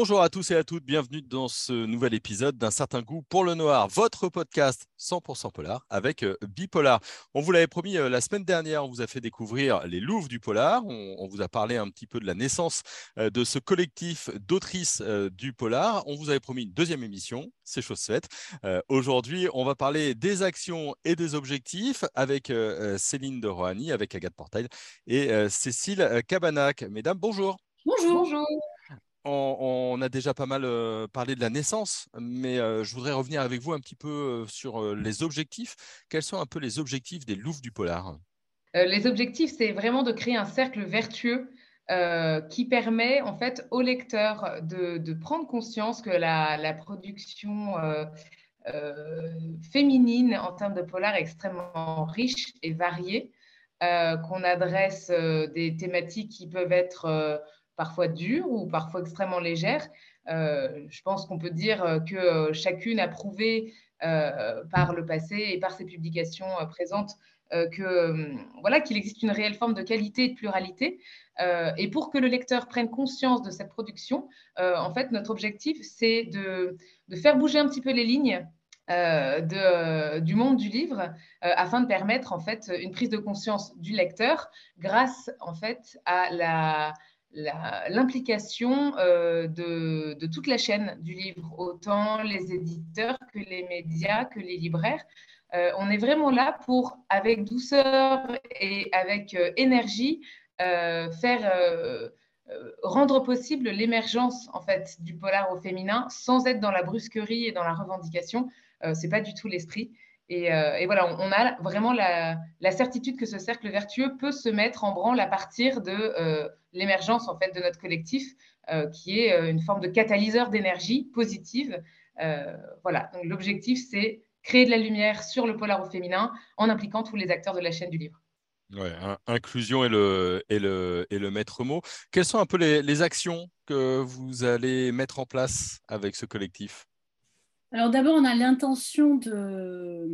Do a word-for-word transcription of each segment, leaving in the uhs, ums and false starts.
Bonjour à tous et à toutes, bienvenue dans ce nouvel épisode d'Un certain goût pour le noir, votre podcast cent pour cent polar avec euh, Bipolar. On vous l'avait promis euh, la semaine dernière, on vous a fait découvrir les louves du polar, on, on vous a parlé un petit peu de la naissance euh, de ce collectif d'autrices euh, du polar. On vous avait promis une deuxième émission, c'est chose faite. Euh, aujourd'hui, on va parler des actions et des objectifs avec euh, Céline de Rohani, avec Agathe Portail et euh, Cécile euh, Cabanac. Mesdames, bonjour. Bonjour. Bonjour. On, on a déjà pas mal euh, parlé de la naissance, mais euh, je voudrais revenir avec vous un petit peu euh, sur euh, les objectifs. Quels sont un peu les objectifs des louves du polar? Euh, les objectifs, c'est vraiment de créer un cercle vertueux euh, qui permet en fait au lecteur de, de prendre conscience que la, la production euh, euh, féminine en termes de polar est extrêmement riche et variée, euh, qu'on adresse euh, des thématiques qui peuvent être euh, parfois dures ou parfois extrêmement légères. Euh, je pense qu'on peut dire que chacune a prouvé euh, par le passé et par ses publications euh, présentes euh, que, euh, voilà, qu'il existe une réelle forme de qualité et de pluralité. Euh, et pour que le lecteur prenne conscience de cette production, euh, en fait, notre objectif, c'est de, de faire bouger un petit peu les lignes euh, de, euh, du monde du livre euh, afin de permettre en fait une prise de conscience du lecteur grâce en fait à la l'implication euh, de, de toute la chaîne du livre, autant les éditeurs que les médias, que les libraires. Euh, on est vraiment là pour, avec douceur et avec euh, énergie, euh, faire euh, euh, rendre possible l'émergence en fait du polar au féminin sans être dans la brusquerie et dans la revendication. Euh, c'est pas du tout l'esprit. Et, euh, et voilà, on, on a vraiment la, la certitude que ce cercle vertueux peut se mettre en branle à partir de euh, l'émergence en fait de notre collectif, euh, qui est euh, une forme de catalyseur d'énergie positive. Euh, voilà, donc l'objectif, c'est créer de la lumière sur le polar au féminin en impliquant tous les acteurs de la chaîne du livre. Ouais, in- inclusion est le, est le, est le maître mot. Quelles sont un peu les, les actions que vous allez mettre en place avec ce collectif? Alors d'abord, on a l'intention de,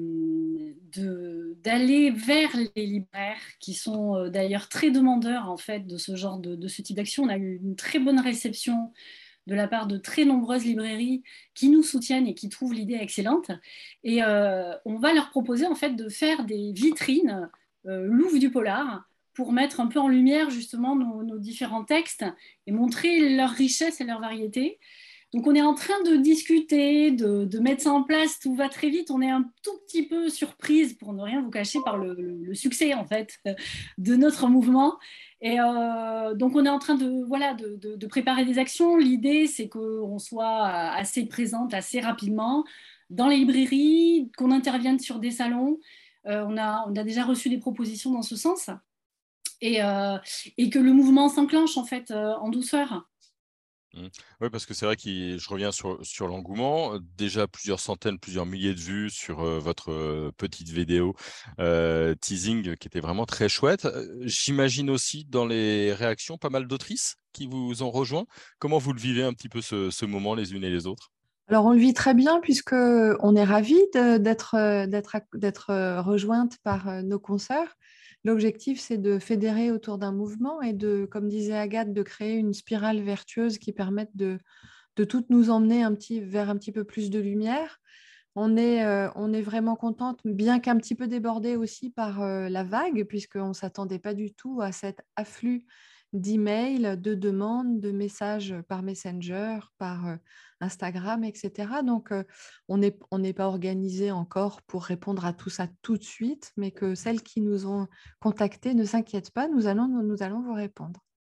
de- d'aller vers les libraires qui sont euh, d'ailleurs très demandeurs en fait de ce genre de, de ce type d'action. On a eu une très bonne réception de la part de très nombreuses librairies qui nous soutiennent et qui trouvent l'idée excellente. Et euh, on va leur proposer en fait de faire des vitrines euh, Louve du Polar pour mettre un peu en lumière justement nos, nos différents textes et montrer leur richesse et leur variété. Donc on est en train de discuter, de, de mettre ça en place, tout va très vite. On est un tout petit peu surprise, pour ne rien vous cacher, par le, le, le succès en fait de notre mouvement. Et euh, donc on est en train de, voilà, de, de, de préparer des actions. L'idée c'est qu'on soit assez présente assez rapidement dans les librairies, qu'on intervienne sur des salons. Euh, on, a, on a déjà reçu des propositions dans ce sens et, euh, et que le mouvement s'enclenche en fait euh, en douceur. Mmh. Oui, parce que c'est vrai que je reviens sur, sur l'engouement. Déjà plusieurs centaines, plusieurs milliers de vues sur euh, votre euh, petite vidéo euh, teasing qui était vraiment très chouette. Euh, J'imagine aussi dans les réactions pas mal d'autrices qui vous ont rejoint. Comment vous le vivez un petit peu ce, ce moment les unes et les autres? Alors, on le vit très bien puisque on est ravis de- d'être euh, d'être ac- d'être euh, rejointe par euh, nos consoeurs. L'objectif, c'est de fédérer autour d'un mouvement et de, comme disait Agathe, de créer une spirale vertueuse qui permette de, de toutes nous emmener un petit, vers un petit peu plus de lumière. On est, euh, on est vraiment contente, bien qu'un petit peu débordée aussi par euh, la vague, puisqu'on ne s'attendait pas du tout à cet afflux d'emails, de demandes, de messages par Messenger, par euh, Instagram, et cetera. Donc, euh, on n'est on n'est pas organisé encore pour répondre à tout ça tout de suite, mais que celles qui nous ont contactés ne s'inquiètent pas, nous allons, nous allons vous répondre.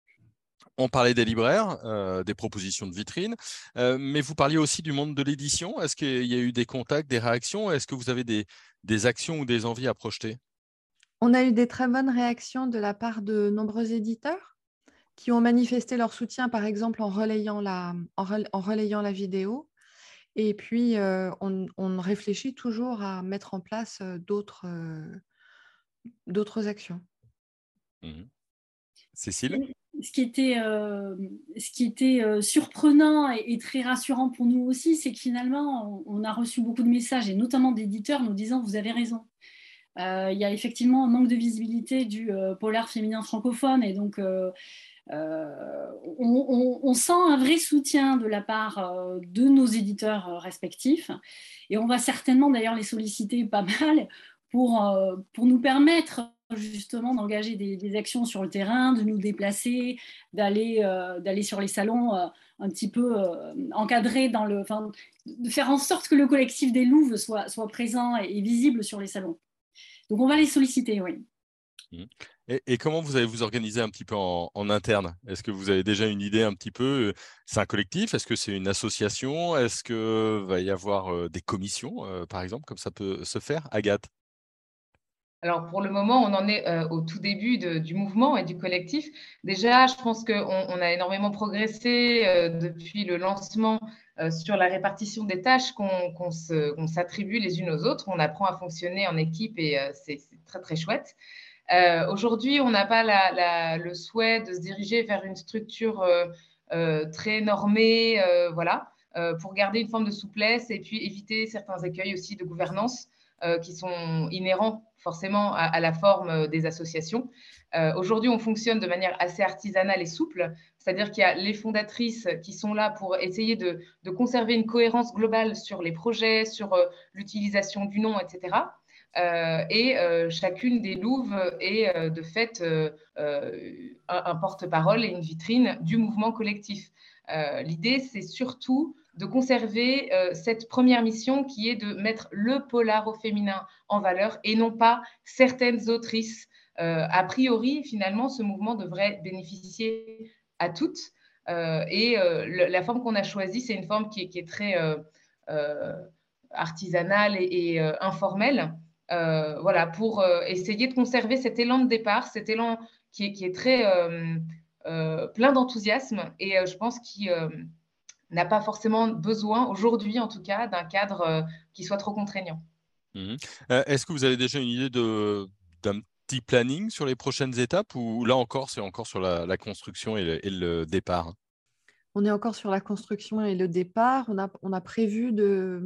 On parlait des libraires, euh, des propositions de vitrine, euh, mais vous parliez aussi du monde de l'édition. Est-ce qu'il y a eu des contacts, des réactions? Est-ce que vous avez des, des actions ou des envies à projeter? On a eu des très bonnes réactions de la part de nombreux éditeurs qui ont manifesté leur soutien, par exemple, en relayant la, en rel- en relayant la vidéo. Et puis, euh, on, on réfléchit toujours à mettre en place euh, d'autres euh, d'autres actions. Mhm. Cécile? Ce qui était, euh, ce qui était euh, surprenant et, et très rassurant pour nous aussi, c'est que finalement, on, on a reçu beaucoup de messages, et notamment d'éditeurs, nous disant vous avez raison. Euh, il y a effectivement un manque de visibilité du euh, polar féminin francophone, et donc euh, Euh, on, on, on sent un vrai soutien de la part euh, de nos éditeurs euh, respectifs et on va certainement d'ailleurs les solliciter pas mal pour, euh, pour nous permettre justement d'engager des, des actions sur le terrain, de nous déplacer, d'aller euh, d'aller sur les salons euh, un petit peu euh, encadrés dans le, enfin, de faire en sorte que le collectif des Louves soit, soit présent et, et visible sur les salons. Donc on va les solliciter, oui. Et, et comment vous allez vous organiser un petit peu en, en interne? Est-ce que vous avez déjà une idée un petit peu? C'est un collectif? Est-ce que c'est une association? Est-ce que va y avoir euh, des commissions, euh, par exemple, comme ça peut se faire? Agathe? Alors, pour le moment, on en est euh, au tout début de, du mouvement et du collectif. Déjà, je pense qu'on on a énormément progressé euh, depuis le lancement euh, sur la répartition des tâches qu'on qu'on se, qu'on s'attribue les unes aux autres. On apprend à fonctionner en équipe et euh, c'est c'est très, très chouette. Euh, aujourd'hui, on n'a pas la, la, le souhait de se diriger vers une structure euh, euh, très normée, euh, voilà, euh, pour garder une forme de souplesse et puis éviter certains écueils aussi de gouvernance euh, qui sont inhérents forcément à, à la forme des associations. Euh, aujourd'hui, on fonctionne de manière assez artisanale et souple, c'est-à-dire qu'il y a les fondatrices qui sont là pour essayer de, de conserver une cohérence globale sur les projets, sur euh, l'utilisation du nom, et cetera. Euh, et euh, chacune des louves est euh, de fait euh, euh, un, un porte-parole et une vitrine du mouvement collectif. Euh, l'idée, c'est surtout de conserver euh, cette première mission qui est de mettre le polar au féminin en valeur et non pas certaines autrices. Euh, a priori, finalement, ce mouvement devrait bénéficier à toutes. Euh, et euh, le, la forme qu'on a choisie, c'est une forme qui est, qui est très euh, euh, artisanale et, et euh, informelle. Euh, voilà, pour euh, essayer de conserver cet élan de départ, cet élan qui est, qui est très euh, euh, plein d'enthousiasme et euh, je pense qu'il euh, n'a pas forcément besoin, aujourd'hui en tout cas, d'un cadre euh, qui soit trop contraignant. Mmh. Euh, est-ce que vous avez déjà une idée de, d'un petit planning sur les prochaines étapes ou là encore, c'est encore sur la, la construction et le, et le départ? On est encore sur la construction et le départ. On a, on a prévu de,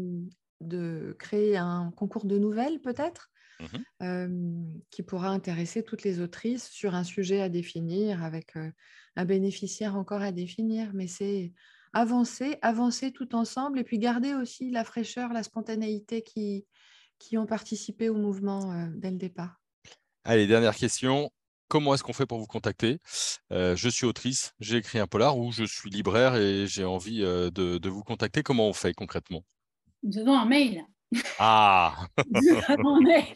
de créer un concours de nouvelles, peut-être, Mmh. euh, qui pourra intéresser toutes les autrices sur un sujet à définir, avec euh, un bénéficiaire encore à définir. Mais c'est avancer, avancer tout ensemble et puis garder aussi la fraîcheur, la spontanéité qui, qui ont participé au mouvement euh, dès le départ. Allez, dernière question. Comment est-ce qu'on fait pour vous contacter? Euh, je suis autrice, j'ai écrit un polar ou je suis libraire et j'ai envie euh, de, de vous contacter. Comment on fait concrètement? Nous avons un mail. Ah, Nous avons un mail.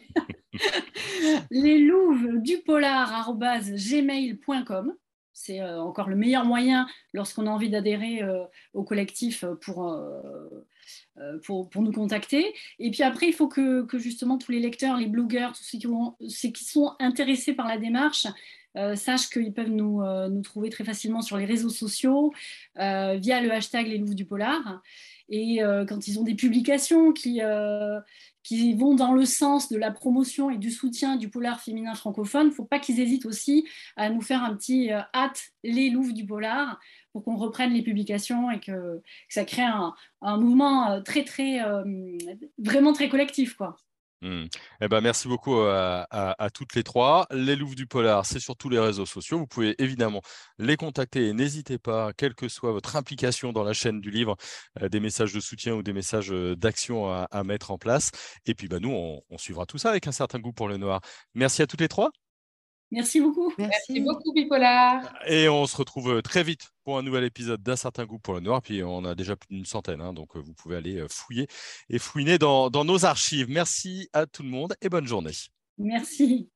Les louves du polar arobase gmail point com. C'est euh, encore le meilleur moyen lorsqu'on a envie d'adhérer euh, au collectif pour, euh, euh, pour, pour nous contacter. Et puis après, il faut que, que justement tous les lecteurs, les blogueurs, tous ceux qui, ont, ceux qui sont intéressés par la démarche euh, sachent qu'ils peuvent nous, euh, nous trouver très facilement sur les réseaux sociaux euh, via le hashtag les louves du polar. Et euh, quand ils ont des publications qui, euh, qui vont dans le sens de la promotion et du soutien du polar féminin francophone, il ne faut pas qu'ils hésitent aussi à nous faire un petit euh, hâte les louves du polar pour qu'on reprenne les publications et que, que ça crée un, un mouvement très, très, euh, vraiment très collectif, quoi. hmm. Eh ben, merci beaucoup à, à- à toutes les trois. Les Louves du Polar, c'est sur tous les réseaux sociaux. Vous pouvez évidemment les contacter et n'hésitez pas, quelle que soit votre implication dans la chaîne du livre, euh, des messages de soutien ou des messages euh, d'action à, à mettre en place. Et puis, bah, nous, on, on suivra tout ça avec un certain goût pour le noir. Merci à toutes les trois. Merci beaucoup. Merci Merci. beaucoup, Bipolar. Et on se retrouve très vite pour un nouvel épisode d'Un certain goût pour le noir. Puis on a déjà plus d'une centaine, hein, donc vous pouvez aller fouiller et fouiner dans, dans nos archives. Merci à tout le monde et bonne journée. Merci.